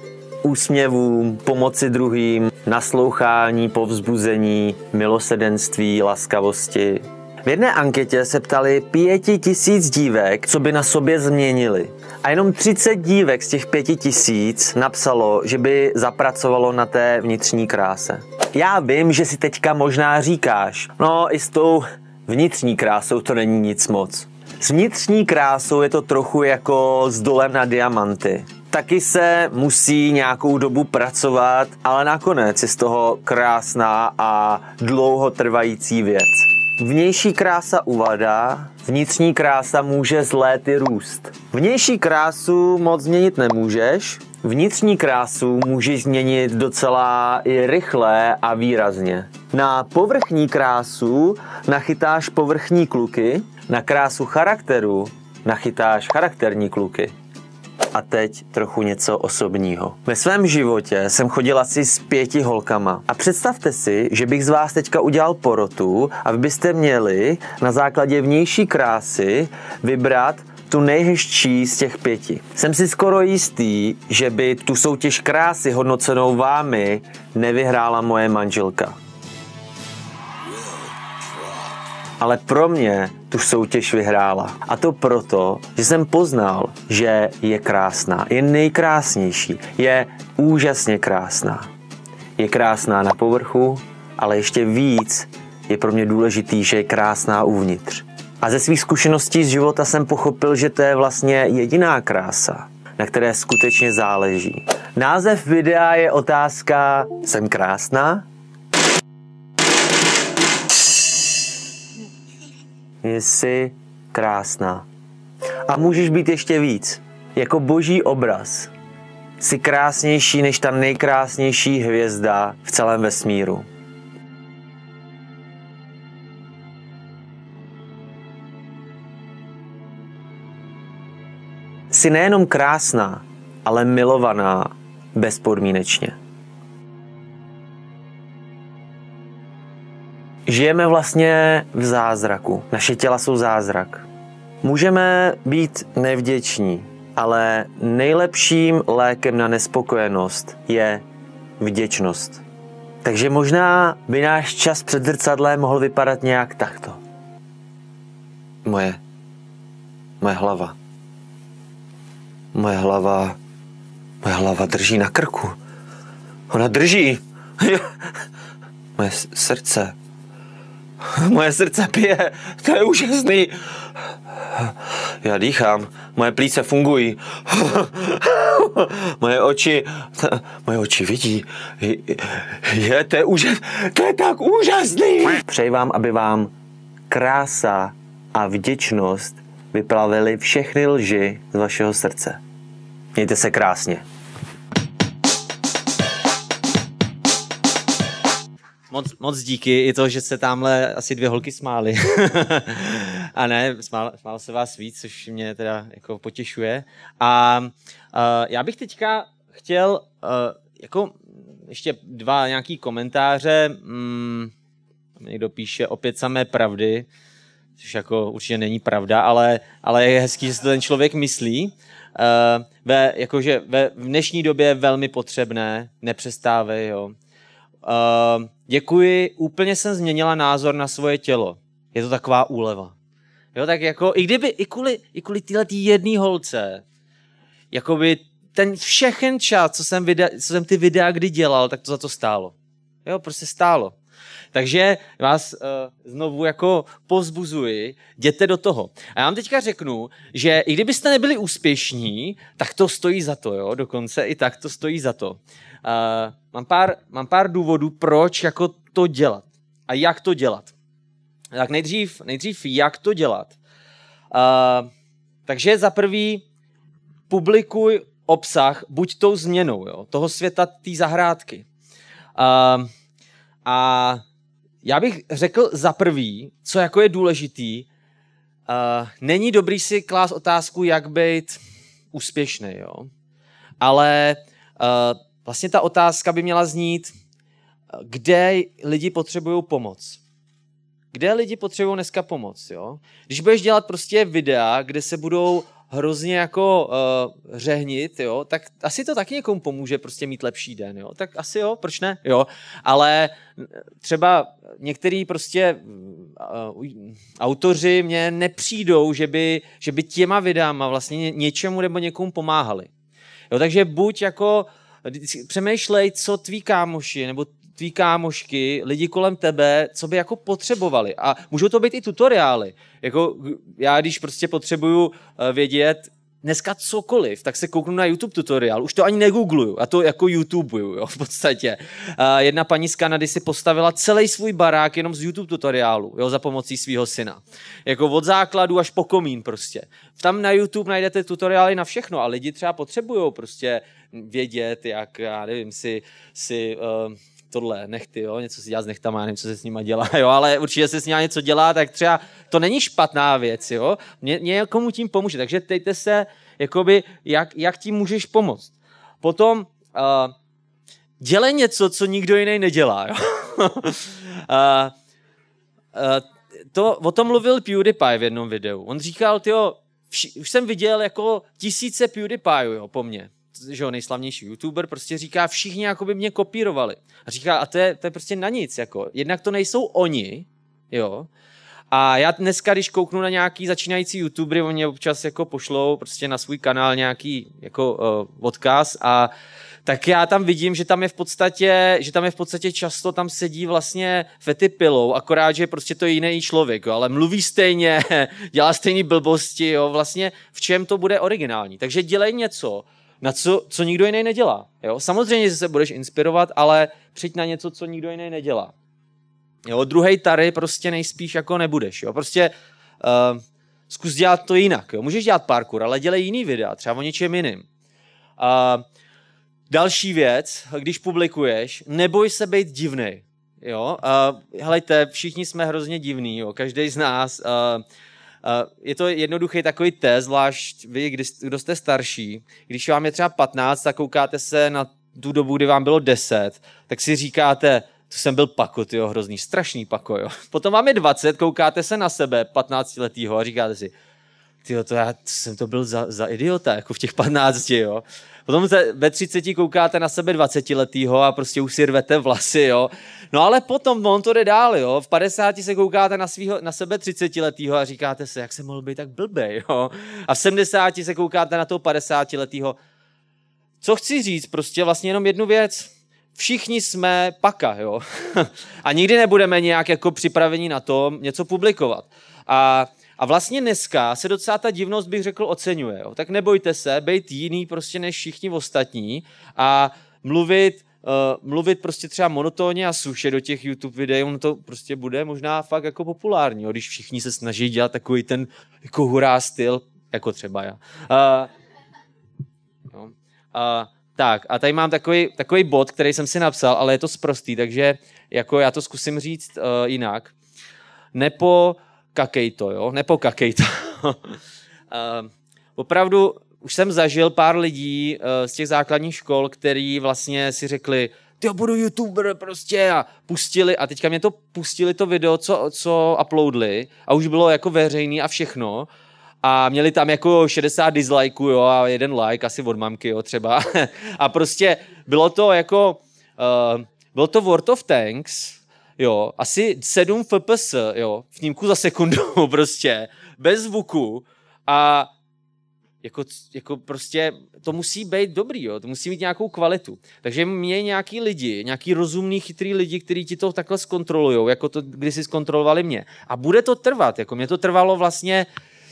Úsměvům, pomoci druhým, naslouchání, povzbuzení, milosedenství, laskavosti. V jedné anketě se ptali 5000 dívek, co by na sobě změnili. A jenom 30 dívek z těch 5000 napsalo, že by zapracovalo na té vnitřní kráse. Já vím, že si teďka možná říkáš, no i s tou vnitřní krásou to není nic moc. S vnitřní krásou je to trochu jako s dolem na diamanty. Taky se musí nějakou dobu pracovat, ale nakonec je z toho krásná a dlouhotrvající věc. Vnější krása uvadá, vnitřní krása může z léty růst. Vnější krásu moc změnit nemůžeš, vnitřní krásu můžeš změnit docela i rychle a výrazně. Na povrchní krásu nachytáš povrchní kluky, na krásu charakteru nachytáš charakterní kluky. A teď trochu něco osobního. Ve svém životě jsem chodil asi s 5 holkama. A představte si, že bych z vás teďka udělal porotu a vy byste měli na základě vnější krásy vybrat tu nejhezčí z těch 5. Jsem si skoro jistý, že by tu soutěž krásy hodnocenou vámi nevyhrála moje manželka. Ale pro mě tu soutěž vyhrála. A to proto, že jsem poznal, že je krásná, je nejkrásnější, je úžasně krásná. Je krásná na povrchu, ale ještě víc je pro mě důležitý, že je krásná uvnitř. A ze svých zkušeností z života jsem pochopil, že to je vlastně jediná krása, na které skutečně záleží. Název videa je otázka: jsem krásná? Jsi krásná. A můžeš být ještě víc. Jako boží obraz. Jsi krásnější než ta nejkrásnější hvězda v celém vesmíru. Jsi nejenom krásná, ale milovaná bezpodmínečně. Žijeme vlastně v zázraku. Naše těla jsou zázrak. Můžeme být nevděční, ale nejlepším lékem na nespokojenost je vděčnost. Takže možná by náš čas před zrcadlem mohl vypadat nějak takto. Moje hlava. Moje hlava drží na krku. Ona drží. Moje srdce pije. To je úžasný. Já dýchám. Moje plíce fungují. Moje oči vidí. To je tak úžasný. Přeji vám, aby vám krása a vděčnost vyplavily všechny lži z vašeho srdce. Mějte se krásně. Moc díky, i to, že se tamhle asi 2 holky smály. A ne, smálo se vás víc, což mě teda jako potěšuje. A já bych teďka chtěl jako ještě 2 nějaký komentáře. Někdo píše opět samé pravdy, což jako určitě není pravda, ale je hezký, že si to ten člověk myslí. Jakože v dnešní době je velmi potřebné, nepřestávej, jo. Děkuji, úplně jsem změnila názor na svoje tělo. Je to taková úleva. Jo, tak jako, i kvůli téhletý jedný holce, jakoby ten všechen čas, co jsem ty videa kdy dělal, tak to za to stálo. Jo, prostě stálo. Takže vás znovu jako povzbuzuji, jděte do toho. A já vám teďka řeknu, že i kdybyste nebyli úspěšní, tak to stojí za to, jo, dokonce i tak to stojí za to. Mám pár důvodů, proč jako to dělat a jak to dělat. Tak nejdřív jak to dělat. Takže za prvý publikuj obsah buď tou změnou, jo, toho světa, té zahrádky. A já bych řekl za prvý, co jako je důležitý, není dobrý si klást otázku, jak být úspěšný, jo. Ale vlastně ta otázka by měla znít, kde lidi potřebují pomoc. Kde lidi potřebují dneska pomoc, jo? Když budeš dělat prostě videa, kde se budou hrozně jako řehnit, jo, tak asi to taky někomu pomůže prostě mít lepší den, jo. Tak asi jo, proč ne, jo. Ale třeba některý prostě autoři mně nepřijdou, že by těma videama vlastně něčemu nebo někomu pomáhali. Jo, takže buď jako přemýšlej, co tví kámoši nebo tví kámošky, lidi kolem tebe, co by jako potřebovali. A můžou to být i tutoriály. Jako já, když prostě potřebuju vědět dneska cokoliv, tak se kouknu na YouTube tutoriál. Už to ani negoogluju, a to jako YouTubeuju, jo, v podstatě. Jedna paní z Kanady si postavila celý svůj barák jenom z YouTube tutoriálu, jo, za pomocí svého syna. Jako od základu až po komín prostě. Tam na YouTube najdete tutoriály na všechno a lidi třeba potřebujou prostě vědět, jak, já nevím, tohle nechty, jo, něco si dělá s nechtama, nevím, co se s nima dělá, jo, ale určitě se s nima něco dělá, tak třeba to není špatná věc, jo, někomu tím pomůže, takže ptejte se, jakoby, jak tím můžeš pomoct. Potom dělej něco, co nikdo jiný nedělá, jo. O tom mluvil PewDiePie v jednom videu. On říkal, už jsem viděl jako tisíce PewDiePieů, jo, po mně. Že jo, nejslavnější YouTuber prostě říká, všichni jako by mě kopírovali. A říká, a to je prostě na nic, jako. Jednak to nejsou oni, jo. A já dneska, když kouknu na nějaký začínající YouTubery, oni mě občas jako pošlou prostě na svůj kanál nějaký jako odkaz a tak já tam vidím, že tam je v podstatě často tam sedí vlastně Fety Pillow, akorát, že prostě to je jiný člověk, jo, ale mluví stejně, dělá stejný blbosti, jo, vlastně v čem to bude originální. Takže dělej něco, na co nikdo jiný nedělá. Jo? Samozřejmě, že se budeš inspirovat, ale přijď na něco, co nikdo jiný nedělá. Jo? Druhej tary prostě nejspíš jako nebudeš. Jo? Prostě zkus dělat to jinak. Jo? Můžeš dělat parkour, ale dělej jiný videa, třeba o něčem jiným. Další věc, když publikuješ, neboj se být divnej. Jo? Helejte, všichni jsme hrozně divný, jo? Každý z nás. Je to jednoduchý takový test, zvlášť vy, kdo jste starší. Když vám je třeba 15, tak koukáte se na tu dobu, kdy vám bylo 10, tak si říkáte, to jsem byl pako, tyjo, hrozný, strašný pako, jo. Potom vám je 20, koukáte se na sebe, 15letýho a říkáte si, tyjo, jsem to byl za idiota, jako v těch 15, jo. Potom ve 30 koukáte na sebe 20letýho a prostě už si rvete vlasy, jo. No ale potom on to jde dál, jo. V 50 se koukáte na sebe 30letýho a říkáte si, jak jsem mohl být tak blbej, jo. A v 70 se koukáte na toho 50letýho. Co chci říct, prostě vlastně jenom jednu věc. Všichni jsme paka, jo. A nikdy nebudeme nějak jako připraveni na to něco publikovat. A vlastně dneska se docela ta divnost, bych řekl, oceňuje. Jo? Tak nebojte se, být jiný prostě než všichni ostatní a mluvit prostě třeba monotónně a suše do těch YouTube videí, on to prostě bude možná fakt jako populární, jo? Když všichni se snaží dělat takový ten jako hurá styl, jako třeba já. Tak a tady mám takový bod, který jsem si napsal, ale je to sprostý, takže jako já to zkusím říct jinak. Nepokakej to, jo? Nepokakej to. Opravdu už jsem zažil pár lidí z těch základních škol, který vlastně si řekli, ty budu youtuber prostě a pustili a teďka mě to pustili to video, co uploadli a už bylo jako veřejný a všechno a měli tam jako 60 dislikeů, jo, a 1 like asi od mamky, jo, třeba a prostě bylo to jako, bylo to World of Tanks, jo, asi 7 fps, jo, snímku za sekundu prostě, bez zvuku a jako prostě to musí být dobrý, jo? To musí mít nějakou kvalitu. Takže mě nějaký lidi, nějaký rozumný, chytrý lidi, kteří ti to takhle zkontrolujou, jako to kdysi zkontrolovali mě. A bude to trvat, jako mě to trvalo vlastně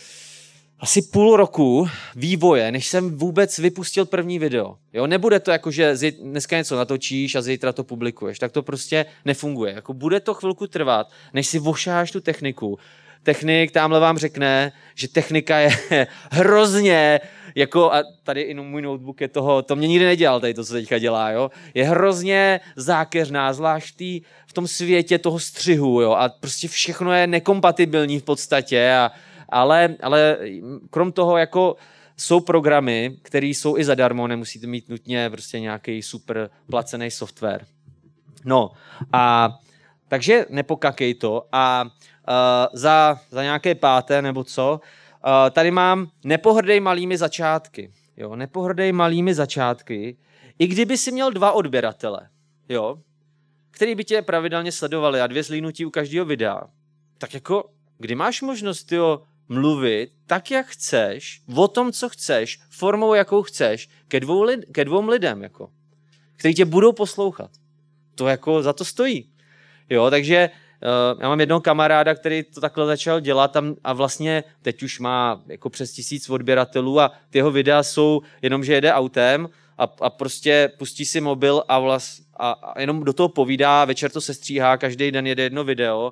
asi půl roku vývoje, než jsem vůbec vypustil první video. Jo? Nebude to jako, že dneska něco natočíš a zítra to publikuješ. Tak to prostě nefunguje. Jako bude to chvilku trvat, než si vošáš tu techniku. Technik tamhle vám řekne, že technika je hrozně, jako, a tady i můj notebook je toho, to mě nikdy nedělal, tady to, co teďka dělá, jo, je hrozně zákeřná, zvlášť v tom světě toho střihu, jo, a prostě všechno je nekompatibilní v podstatě, ale krom toho, jako jsou programy, které jsou i zadarmo, nemusíte mít nutně prostě nějaký super placený software. No a takže nepokakej to a za nějaké 5. nebo co, tady mám nepohrdej malými začátky. Jo, nepohrdej malými začátky, i kdyby si měl 2 odběratele, jo, který by tě pravidelně sledovali a 2 zlínutí u každého videa, tak jako, kdy máš možnost, jo, mluvit tak, jak chceš, o tom, co chceš, formou, jakou chceš, ke 2 lidem, jako, který tě budou poslouchat. To jako za to stojí. Jo, takže já mám jednoho kamaráda, který to takhle začal dělat a vlastně teď už má jako přes 1000 odběratelů a ty jeho videa jsou jenom, že jede autem a prostě pustí si mobil a jenom do toho povídá, večer to sestříhá, každý den jede jedno video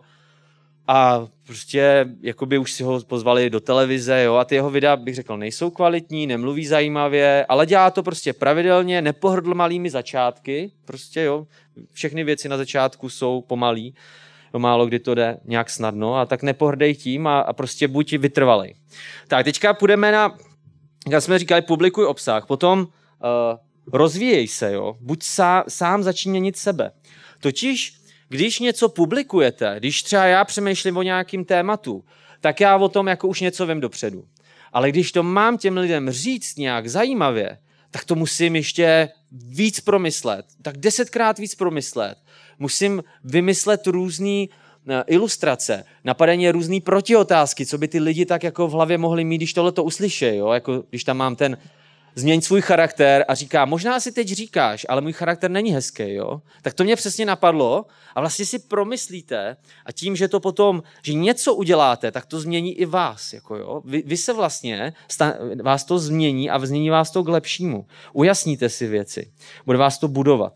a prostě jakoby už si ho pozvali do televize, jo, a ty jeho videa, bych řekl, nejsou kvalitní, nemluví zajímavě, ale dělá to prostě pravidelně, nepohrdl malými začátky, prostě jo, všechny věci na začátku jsou pomalý, málo kdy to jde nějak snadno a tak nepohrdej tím a prostě buď vytrvalej. Tak teďka půjdeme na, jak jsme říkali, publikuj obsah, potom rozvíjej se, jo, buď sám začni měnit sebe. Totiž, když něco publikujete, když třeba já přemýšlím o nějakým tématu, tak já o tom jako už něco vím dopředu. Ale když to mám těm lidem říct nějak zajímavě, tak to musím ještě víc promyslet, tak 10krát víc promyslet. Musím vymyslet různé ilustrace, napadení různé protiotázky, co by ty lidi tak jako v hlavě mohli mít, když tohle to uslyšejí. Jo? Jako, když tam mám ten změň svůj charakter a říká, možná si teď říkáš, ale můj charakter není hezký, jo? Tak to mě přesně napadlo a vlastně si promyslíte a tím, že to potom, že něco uděláte, tak to změní i vás. Jako jo? Vy se vlastně, vás to změní a změní vás to k lepšímu. Ujasníte si věci. Bude vás to budovat.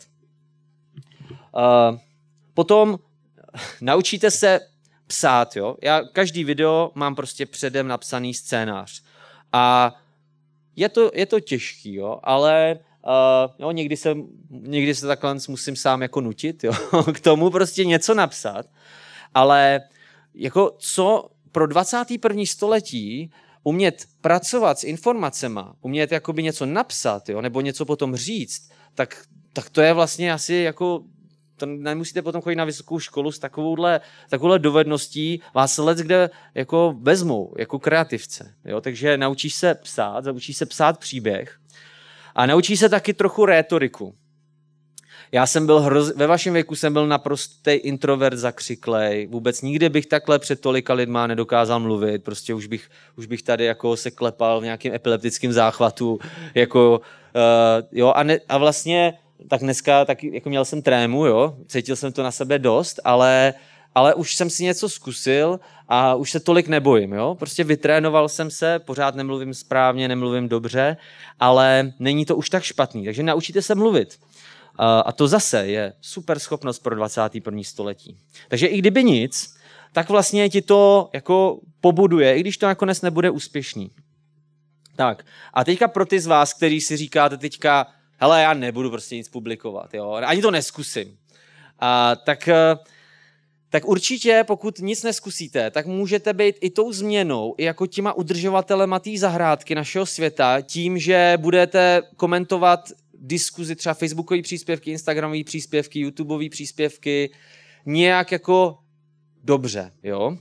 Potom naučíte se psát. Jo? Já každý video mám prostě předem napsaný scénář. A je to těžký, jo? Ale jo, někdy se takhle musím sám jako nutit, jo? K tomu prostě něco napsat. Ale jako co pro 21. století umět pracovat s informacema, umět jakoby něco napsat, jo? Nebo něco potom říct, tak to je vlastně asi jako, to nemusíte potom chodit na vysokou školu s takovouhle dovedností, vás leckde jako vezmou, jako kreativce. Jo? Takže naučíš se psát příběh a naučíš se taky trochu rétoriku. Já jsem byl ve vašem věku jsem byl naprostý introvert zakřiklej, vůbec nikdy bych takhle před tolika lidma nedokázal mluvit, prostě už bych tady jako se klepal v nějakém epileptickém záchvatu, jako, jo, a vlastně tak dneska taky, jako měl jsem trému, jo, cítil jsem to na sebe dost, ale už jsem si něco zkusil a už se tolik nebojím, jo, prostě vytrénoval jsem se, pořád nemluvím správně, nemluvím dobře, ale není to už tak špatný, takže naučíte se mluvit. A to zase je super schopnost pro 21. století. Takže i kdyby nic, tak vlastně ti to jako pobuduje, i když to nakonec nebude úspěšný. Tak, a teďka pro ty z vás, kteří si říkáte teďka, hele, já nebudu prostě nic publikovat, jo, ani to neskusím. Tak tak určitě, pokud nic neskusíte, tak můžete být i tou změnou, i jako těma udržovatelema té zahrádky našeho světa, tím, že budete komentovat diskuzi, třeba facebookové příspěvky, instagramové příspěvky, YouTubeové příspěvky, nějak jako dobře, jo.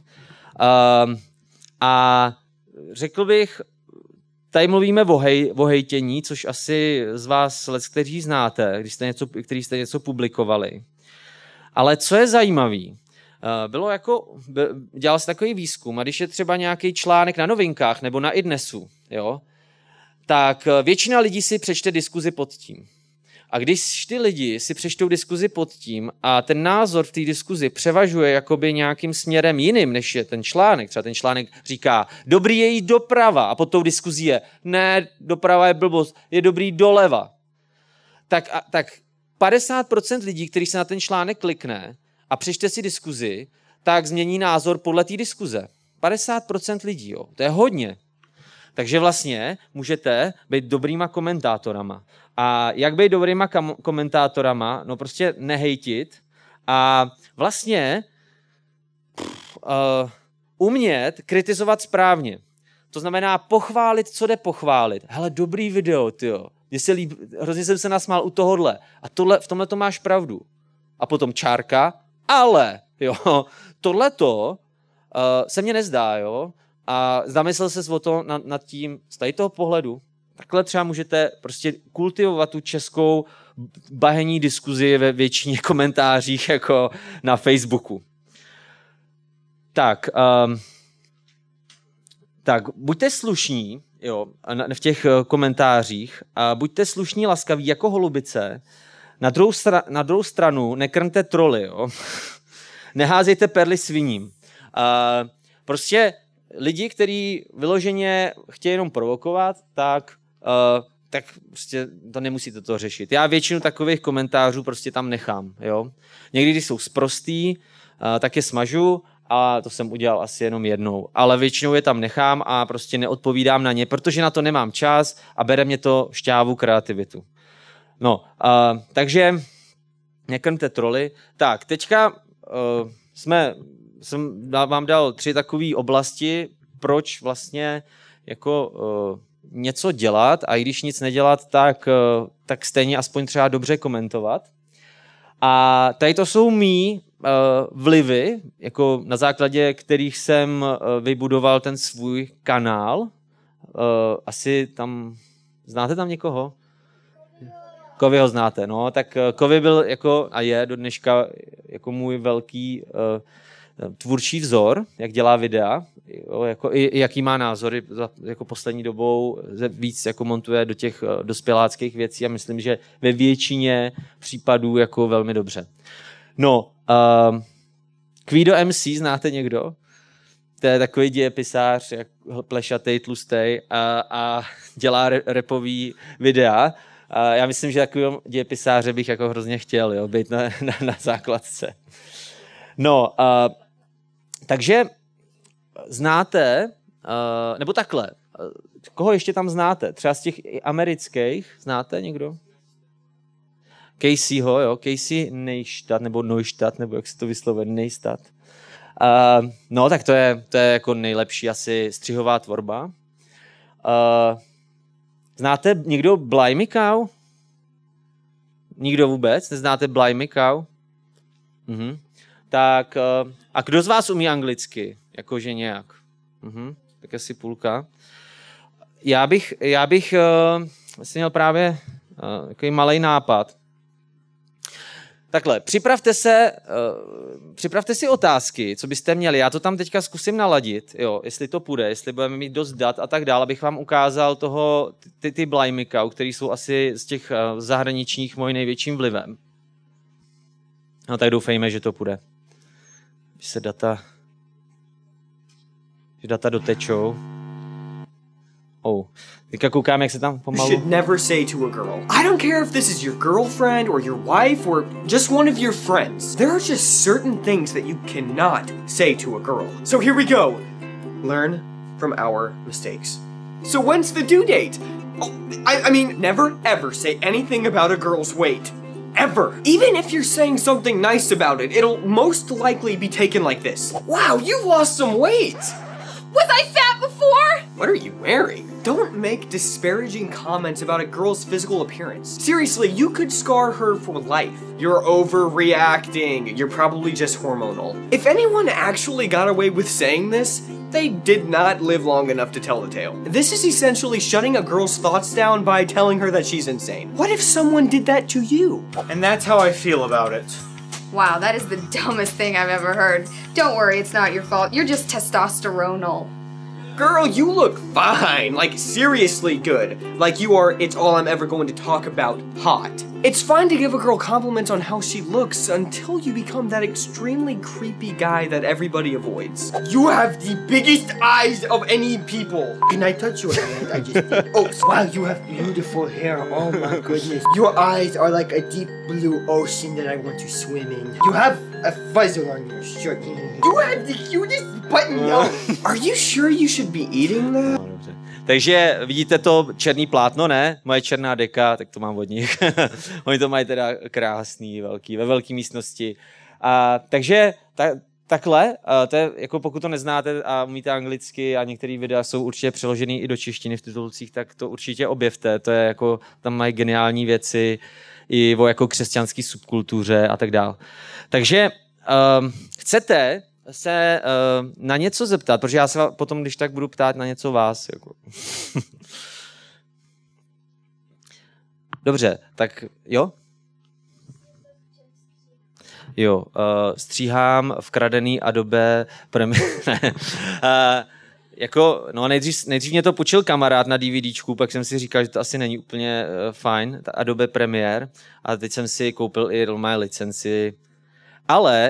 A řekl bych, tady mluvíme o hejtění, což asi z vás kteří znáte, když jste něco publikovali. Ale co je zajímavý, dělal se takový výzkum a když je třeba nějaký článek na Novinkách nebo na iDnesu, jo, tak většina lidí si přečte diskuzi pod tím. A když ty lidi si přečtou diskuzi pod tím a ten názor v té diskuzi převažuje jakoby nějakým směrem jiným, než je ten článek, třeba ten článek říká, dobrý je jít doprava a pod tou diskuzí je, ne, doprava je blbost, je dobrý doleva. Tak 50% lidí, kteří se na ten článek klikne a přečte si diskuzi, tak změní názor podle té diskuze. 50% lidí, jo. To je hodně. Takže vlastně můžete být dobrýma komentátorama. A jak být dobrýma komentátorama? No prostě nehejtit a vlastně umět kritizovat správně. To znamená pochválit, co jde pochválit. Hele, dobrý video, tyjo. Hrozně jsem se nasmál u tohohle. A v tomhle to máš pravdu. A potom čárka, ale, jo, tohleto se mně nezdá, jo. A zamyslel ses o to nad tím, z tady toho pohledu, takhle třeba můžete prostě kultivovat tu českou bahenní diskuzi ve většině komentářích jako na Facebooku. Tak buďte slušní, jo, v těch komentářích, a buďte slušní, laskaví jako holubice, na druhou stranu nekrmte troly, jo. Neházejte perly sviním. Prostě lidi, kteří vyloženě chtějí jenom provokovat, tak prostě to nemusíte to řešit. Já většinu takových komentářů prostě tam nechám. Jo? Někdy, když jsou sprostý, tak je smažu a to jsem udělal asi jenom jednou. Ale většinou je tam nechám a prostě neodpovídám na ně, protože na to nemám čas a bere mě to šťávu, kreativitu. No, takže nekrmte troly. Tak, teďka jsem vám dal 3 takové oblasti, proč vlastně jako něco dělat a i když nic nedělat, tak stejně aspoň třeba dobře komentovat. A tady to jsou mý vlivy, jako na základě kterých jsem vybudoval ten svůj kanál. Asi tam, znáte tam někoho? Kovy ho znáte, no, tak Kovy byl jako a je do dneška jako můj velký tvůrčí vzor, jak dělá videa, jo, jako i jaký má názory, jako poslední dobou víc jako montuje do těch dospěláckých věcí a myslím, že ve většině případů jako velmi dobře. No, Kvído MC, znáte někdo? To je takový dějepisář, jak plešatej, tlustej a dělá rapový videa. Já myslím, že takového dějepisáře bych jako hrozně chtěl, jo, být na základce. No, takže znáte, nebo takhle, koho ještě tam znáte? Třeba z těch amerických, znáte někdo? Caseyho, jo, Casey Neistat, nebo Neustat, nebo jak se to vyslovuje, Neistat. No, tak to je jako nejlepší asi střihová tvorba. Znáte někdo Blimey Cow? Nikdo vůbec? Neznáte Blimey Cow? Tak, a kdo z vás umí anglicky? Jakože nějak. Tak asi půlka. Já bych vlastně měl právě takový malej nápad. Takhle, připravte si otázky, co byste měli. Já to tam teďka zkusím naladit, jo, jestli to půjde, jestli budeme mít dost dat a tak dále, abych vám ukázal ty Blimey Cow, který jsou asi z těch zahraničních můj největším vlivem. No tak doufejme, že to půjde. Když se data dotečou. Teďka koukám, jak se tam pomalu... You should never say to a girl, I don't care if this is your girlfriend or your wife or just one of your friends. There are just certain things that you cannot say to a girl. So here we go. Learn from our mistakes. So when's the due date? I mean, never ever say anything about a girl's weight. ever. Even if you're saying something nice about it, it'll most likely be taken like this. Wow, you've lost some weight. Was I fat before? What are you wearing? Don't make disparaging comments about a girl's physical appearance. Seriously, you could scar her for life. You're overreacting. You're probably just hormonal. If anyone actually got away with saying this, they did not live long enough to tell the tale. This is essentially shutting a girl's thoughts down by telling her that she's insane. What if someone did that to you? And that's how I feel about it. Wow, that is the dumbest thing I've ever heard. Don't worry, it's not your fault. You're just testosteronal. Girl, you look fine. Like, seriously good. Like you are, it's all I'm ever going to talk about, hot. It's fine to give a girl compliments on how she looks until you become that extremely creepy guy that everybody avoids. You have the biggest eyes of any people. Can I touch your hand? I just did. Oh, wow, you have beautiful hair. Oh my goodness. Your eyes are like a deep blue ocean that I want to swim in. You have a fuzzle on your shirt. You have the cutest button nose. Are you sure you should be eating that? Takže vidíte to černý plátno, ne? Moje černá deka, tak to mám od nich. Oni to mají teda krásný, velký, ve velké místnosti. Takže takhle, to je, jako pokud to neznáte a umíte anglicky a některé videa jsou určitě přeložený i do češtiny v titulcích, tak to určitě objevte. To je jako, tam mají geniální věci i o jako křesťanské subkultuře a tak dále. Takže chcete se na něco zeptat, protože já se potom, když tak budu ptát na něco vás. Jako. Dobře, tak jo? Jo, stříhám vkradený Adobe Premiere. Jako, no nejdřív mě to půjčil kamarád na DVDčku, pak jsem si říkal, že to asi není úplně fajn, ta Adobe Premiere, a teď jsem si koupil i normální licenci. Ale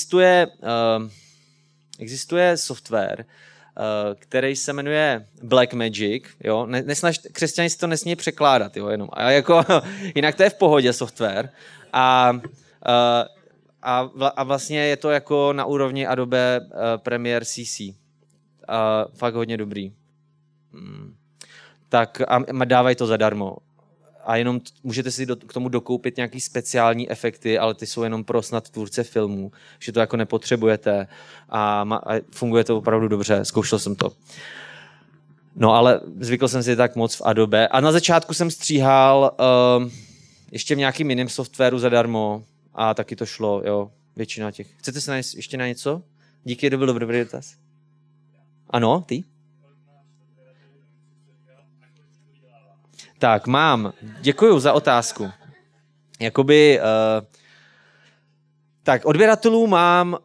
existuje software, který se jmenuje Blackmagic, jo, křesťané si to nesmí překládat, jo, jenom, a jako, jinak to je v pohodě software a vlastně je to jako na úrovni Adobe Premiere CC, fakt hodně dobrý, tak a dávají to zadarmo. A jenom můžete si k tomu dokoupit nějaký speciální efekty, ale ty jsou jenom pro snad tvůrce filmů, že to jako nepotřebujete a funguje to opravdu dobře, zkoušel jsem to. No ale zvykl jsem si tak moc v Adobe a na začátku jsem stříhal ještě v nějakým jiném softwaru zadarmo a taky to šlo, jo, většina těch. Chcete se ještě na něco? Díky, to byl dobrý dotaz. Ano, ty? Tak, děkuju za otázku. Jakoby, tak odběratelů mám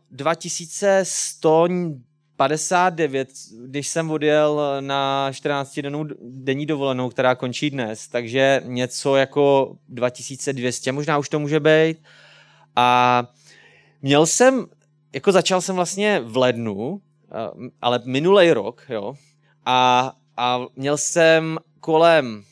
2159, když jsem odjel na 14-denní dovolenou, která končí dnes, takže něco jako 2200, možná už to může být. A začal jsem vlastně v lednu, ale minulej rok, jo, a měl jsem kolem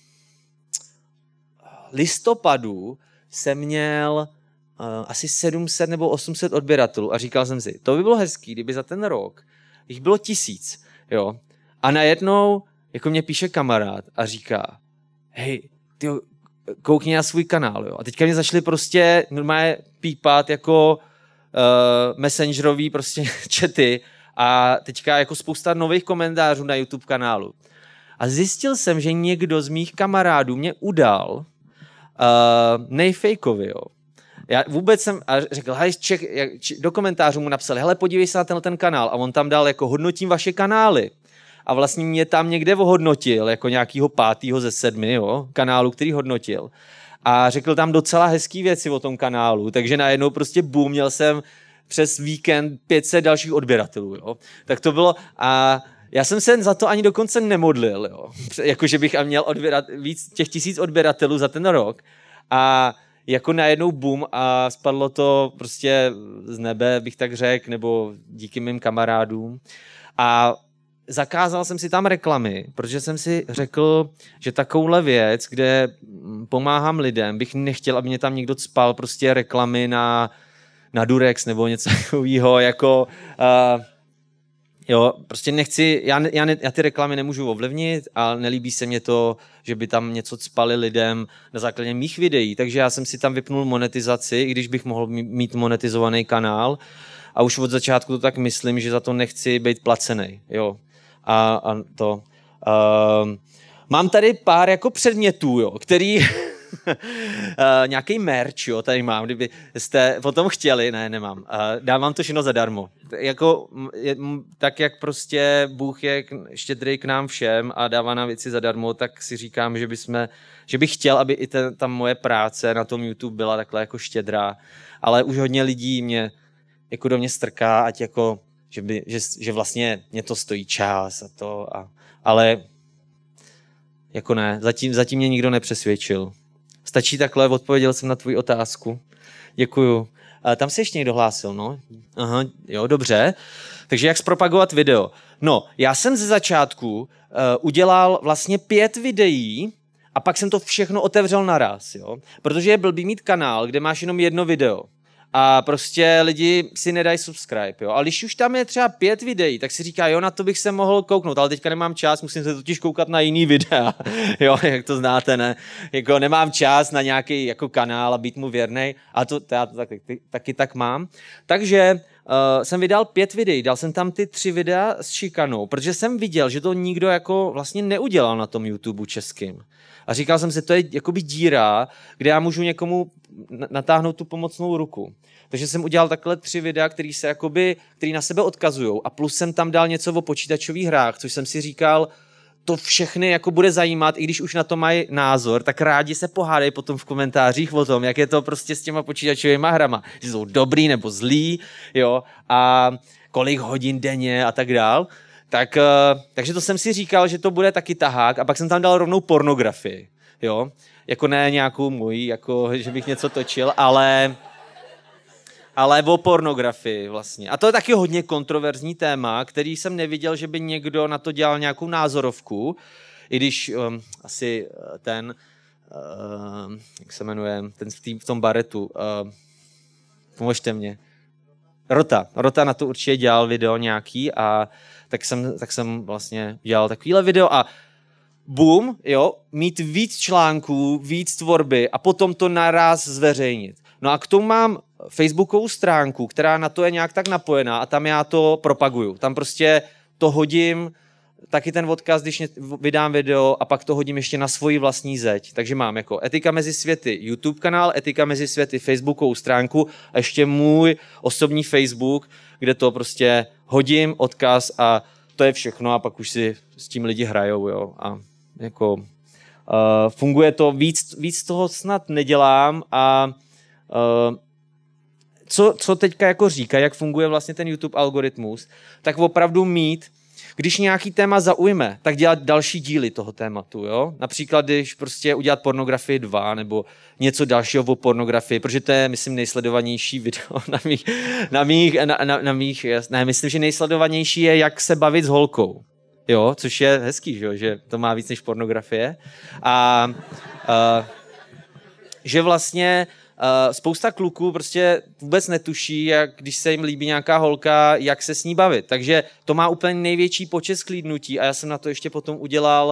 listopadu jsem měl asi 700 nebo 800 odběratelů a říkal jsem si, to by bylo hezký, kdyby za ten rok jich bylo 1000, jo. A najednou jako mě píše kamarád a říká, hej, ty koukni na svůj kanál, jo. A teďka mě začaly prostě normálně pípat jako messengerový prostě chaty a teďka jako spousta nových komentářů na YouTube kanálu. A zjistil jsem, že někdo z mých kamarádů mě udal nejfejkovi, jo. Já vůbec jsem a řekl, hej, do komentářů mu napsali, hele, podívej se na ten kanál a on tam dal jako hodnotím vaše kanály. A vlastně mě tam někde ohodnotil jako nějakýho 5. ze 7, jo, kanálu, který hodnotil. A řekl tam docela hezký věci o tom kanálu, takže najednou prostě boom, měl jsem přes víkend 500 dalších odběratelů, jo. Tak to bylo a já jsem se za to ani dokonce nemodlil, jo. Jakože bych měl víc těch 1000 odběratelů za ten rok. A jako najednou boom a spadlo to prostě z nebe, bych tak řekl, nebo díky mým kamarádům. A zakázal jsem si tam reklamy, protože jsem si řekl, že takovouhle věc, kde pomáhám lidem, bych nechtěl, aby mě tam někdo cpal prostě reklamy na Durex nebo něco takového, Jo, prostě nechci, já ty reklamy nemůžu ovlivnit a nelíbí se mě to, že by tam něco cpali lidem na základě mých videí, takže já jsem si tam vypnul monetizaci, i když bych mohl mít monetizovaný kanál a už od začátku to tak myslím, že za to nechci být placený, jo. A to... mám tady pár jako předmětů, jo, který... nějaký merch, jo, tady mám, kdyby jste potom chtěli, ne, nemám. Dávám to všechno zadarmo. Tak, jak prostě Bůh je štědrý k nám všem a dává nám věci zadarmo, tak si říkám, že bych chtěl, aby i ta moje práce na tom YouTube byla takhle jako štědrá. Ale už hodně lidí mě jako do mě strká, ať jako, že vlastně mě to stojí čas a to, ale jako ne, zatím mě nikdo nepřesvědčil. Stačí takhle, odpověděl jsem na tvou otázku. Děkuju. Tam se ještě někdo hlásil, no? Aha, jo, dobře. Takže jak zpropagovat video? No, já jsem ze začátku udělal vlastně 5 videí a pak jsem to všechno otevřel naraz, jo? Protože je blbý mít kanál, kde máš jenom jedno video. A prostě lidi si nedají subscribe, jo. A když už tam je třeba 5 videí, tak si říká, jo, na to bych se mohl kouknout, ale teďka nemám čas, musím se totiž koukat na jiný videa, jo, jak to znáte, ne? Jako nemám čas na nějaký jako kanál a být mu věrnej, a to já to taky tak mám. Takže jsem vydal 5 videí, dal jsem tam ty 3 videa s šikanou, protože jsem viděl, že to nikdo jako vlastně neudělal na tom YouTube českým. A říkal jsem si, to je jakoby díra, kde já můžu někomu natáhnout tu pomocnou ruku. Takže jsem udělal takhle 3 videa, který na sebe odkazujou a plus jsem tam dal něco o počítačových hrách, což jsem si říkal, to všechny jako bude zajímat, i když už na to mají názor, tak rádi se pohádají potom v komentářích o tom, jak je to prostě s těma počítačovými hrama, že jsou dobrý nebo zlý, jo, a kolik hodin denně a tak dál. Takže to jsem si říkal, že to bude taky tahák a pak jsem tam dal rovnou pornografii, jo. Jako ne nějakou moji, jako že bych něco točil, ale o pornografii vlastně. A to je taky hodně kontroverzní téma, který jsem neviděl, že by někdo na to dělal nějakou názorovku, i když asi ten, jak se jmenuje, ten v tom baretu, pomožte mě. Rota na to určitě dělal video nějaký a tak jsem vlastně dělal takovýhle video a boom, jo, mít víc článků, víc tvorby a potom to naraz zveřejnit. No a k tomu mám facebookovou stránku, která na to je nějak tak napojená a tam já to propaguju. Tam prostě to hodím, taky ten odkaz, když vydám video a pak to hodím ještě na svoji vlastní zeď. Takže mám jako Etika mezi světy YouTube kanál, Etika mezi světy facebookovou stránku a ještě můj osobní Facebook, kde to prostě hodím, odkaz a to je všechno a pak už si s tím lidi hrajou, jo. A jako funguje to, víc toho snad nedělám a co teďka jako říká, jak funguje vlastně ten YouTube algoritmus, tak opravdu mít, když nějaký téma zaujme, tak dělat další díly toho tématu, jo? Například, když prostě udělat pornografii 2 nebo něco dalšího o pornografii, protože to je, myslím, nejsledovanější video na mých, ne, myslím, že nejsledovanější je, jak se bavit s holkou, jo? Což je hezký, že to má víc než pornografie. A že vlastně spousta kluků prostě vůbec netuší, jak když se jim líbí nějaká holka, jak se s ní bavit. Takže to má úplně největší počet sklídnutí a já jsem na to ještě potom udělal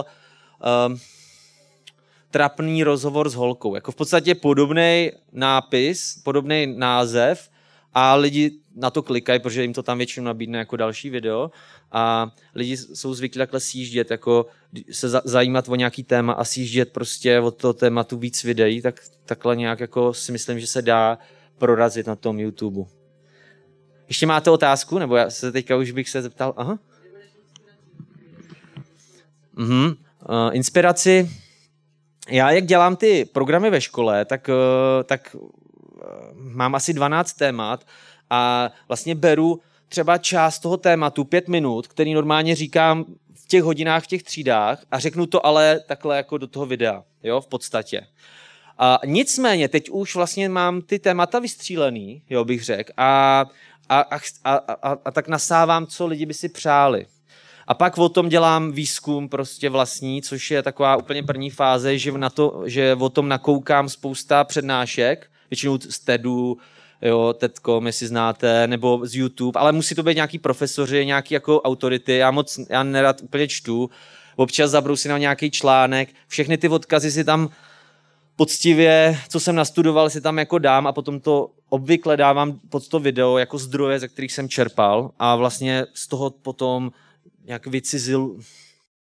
trapný rozhovor s holkou. Jako v podstatě podobný nápis, podobný název a lidi na to klikají, protože jim to tam většinou nabídne jako další video a lidi jsou zvyklí takhle sjíždět, jako se zajímat o nějaký téma a sjíždět prostě od toho tématu víc videí, tak takhle nějak jako si myslím, že se dá prorazit na tom YouTube. Ještě máte otázku? Nebo já se teďka už bych se zeptal. Aha. Inspiraci. Já, jak dělám ty programy ve škole, tak mám asi 12 témat a vlastně beru třeba část toho tématu, 5 minut, který normálně říkám v těch hodinách, v těch třídách a řeknu to ale takhle jako do toho videa, jo, v podstatě. A nicméně teď už vlastně mám ty témata vystřílený, jo, bych řekl, a tak nasávám, co lidi by si přáli. A pak o tom dělám výzkum prostě vlastní, což je taková úplně první fáze, že o tom nakoukám spousta přednášek, většinou z TEDu, jo, Tetcom, jestli znáte, nebo z YouTube, ale musí to být nějaký profesoři, nějaký jako autority, já nerad úplně čtu, občas zabrousím na nějaký článek, všechny ty odkazy si tam poctivě, co jsem nastudoval, si tam jako dám a potom to obvykle dávám pod to video jako zdroje, ze kterých jsem čerpal a vlastně z toho potom nějak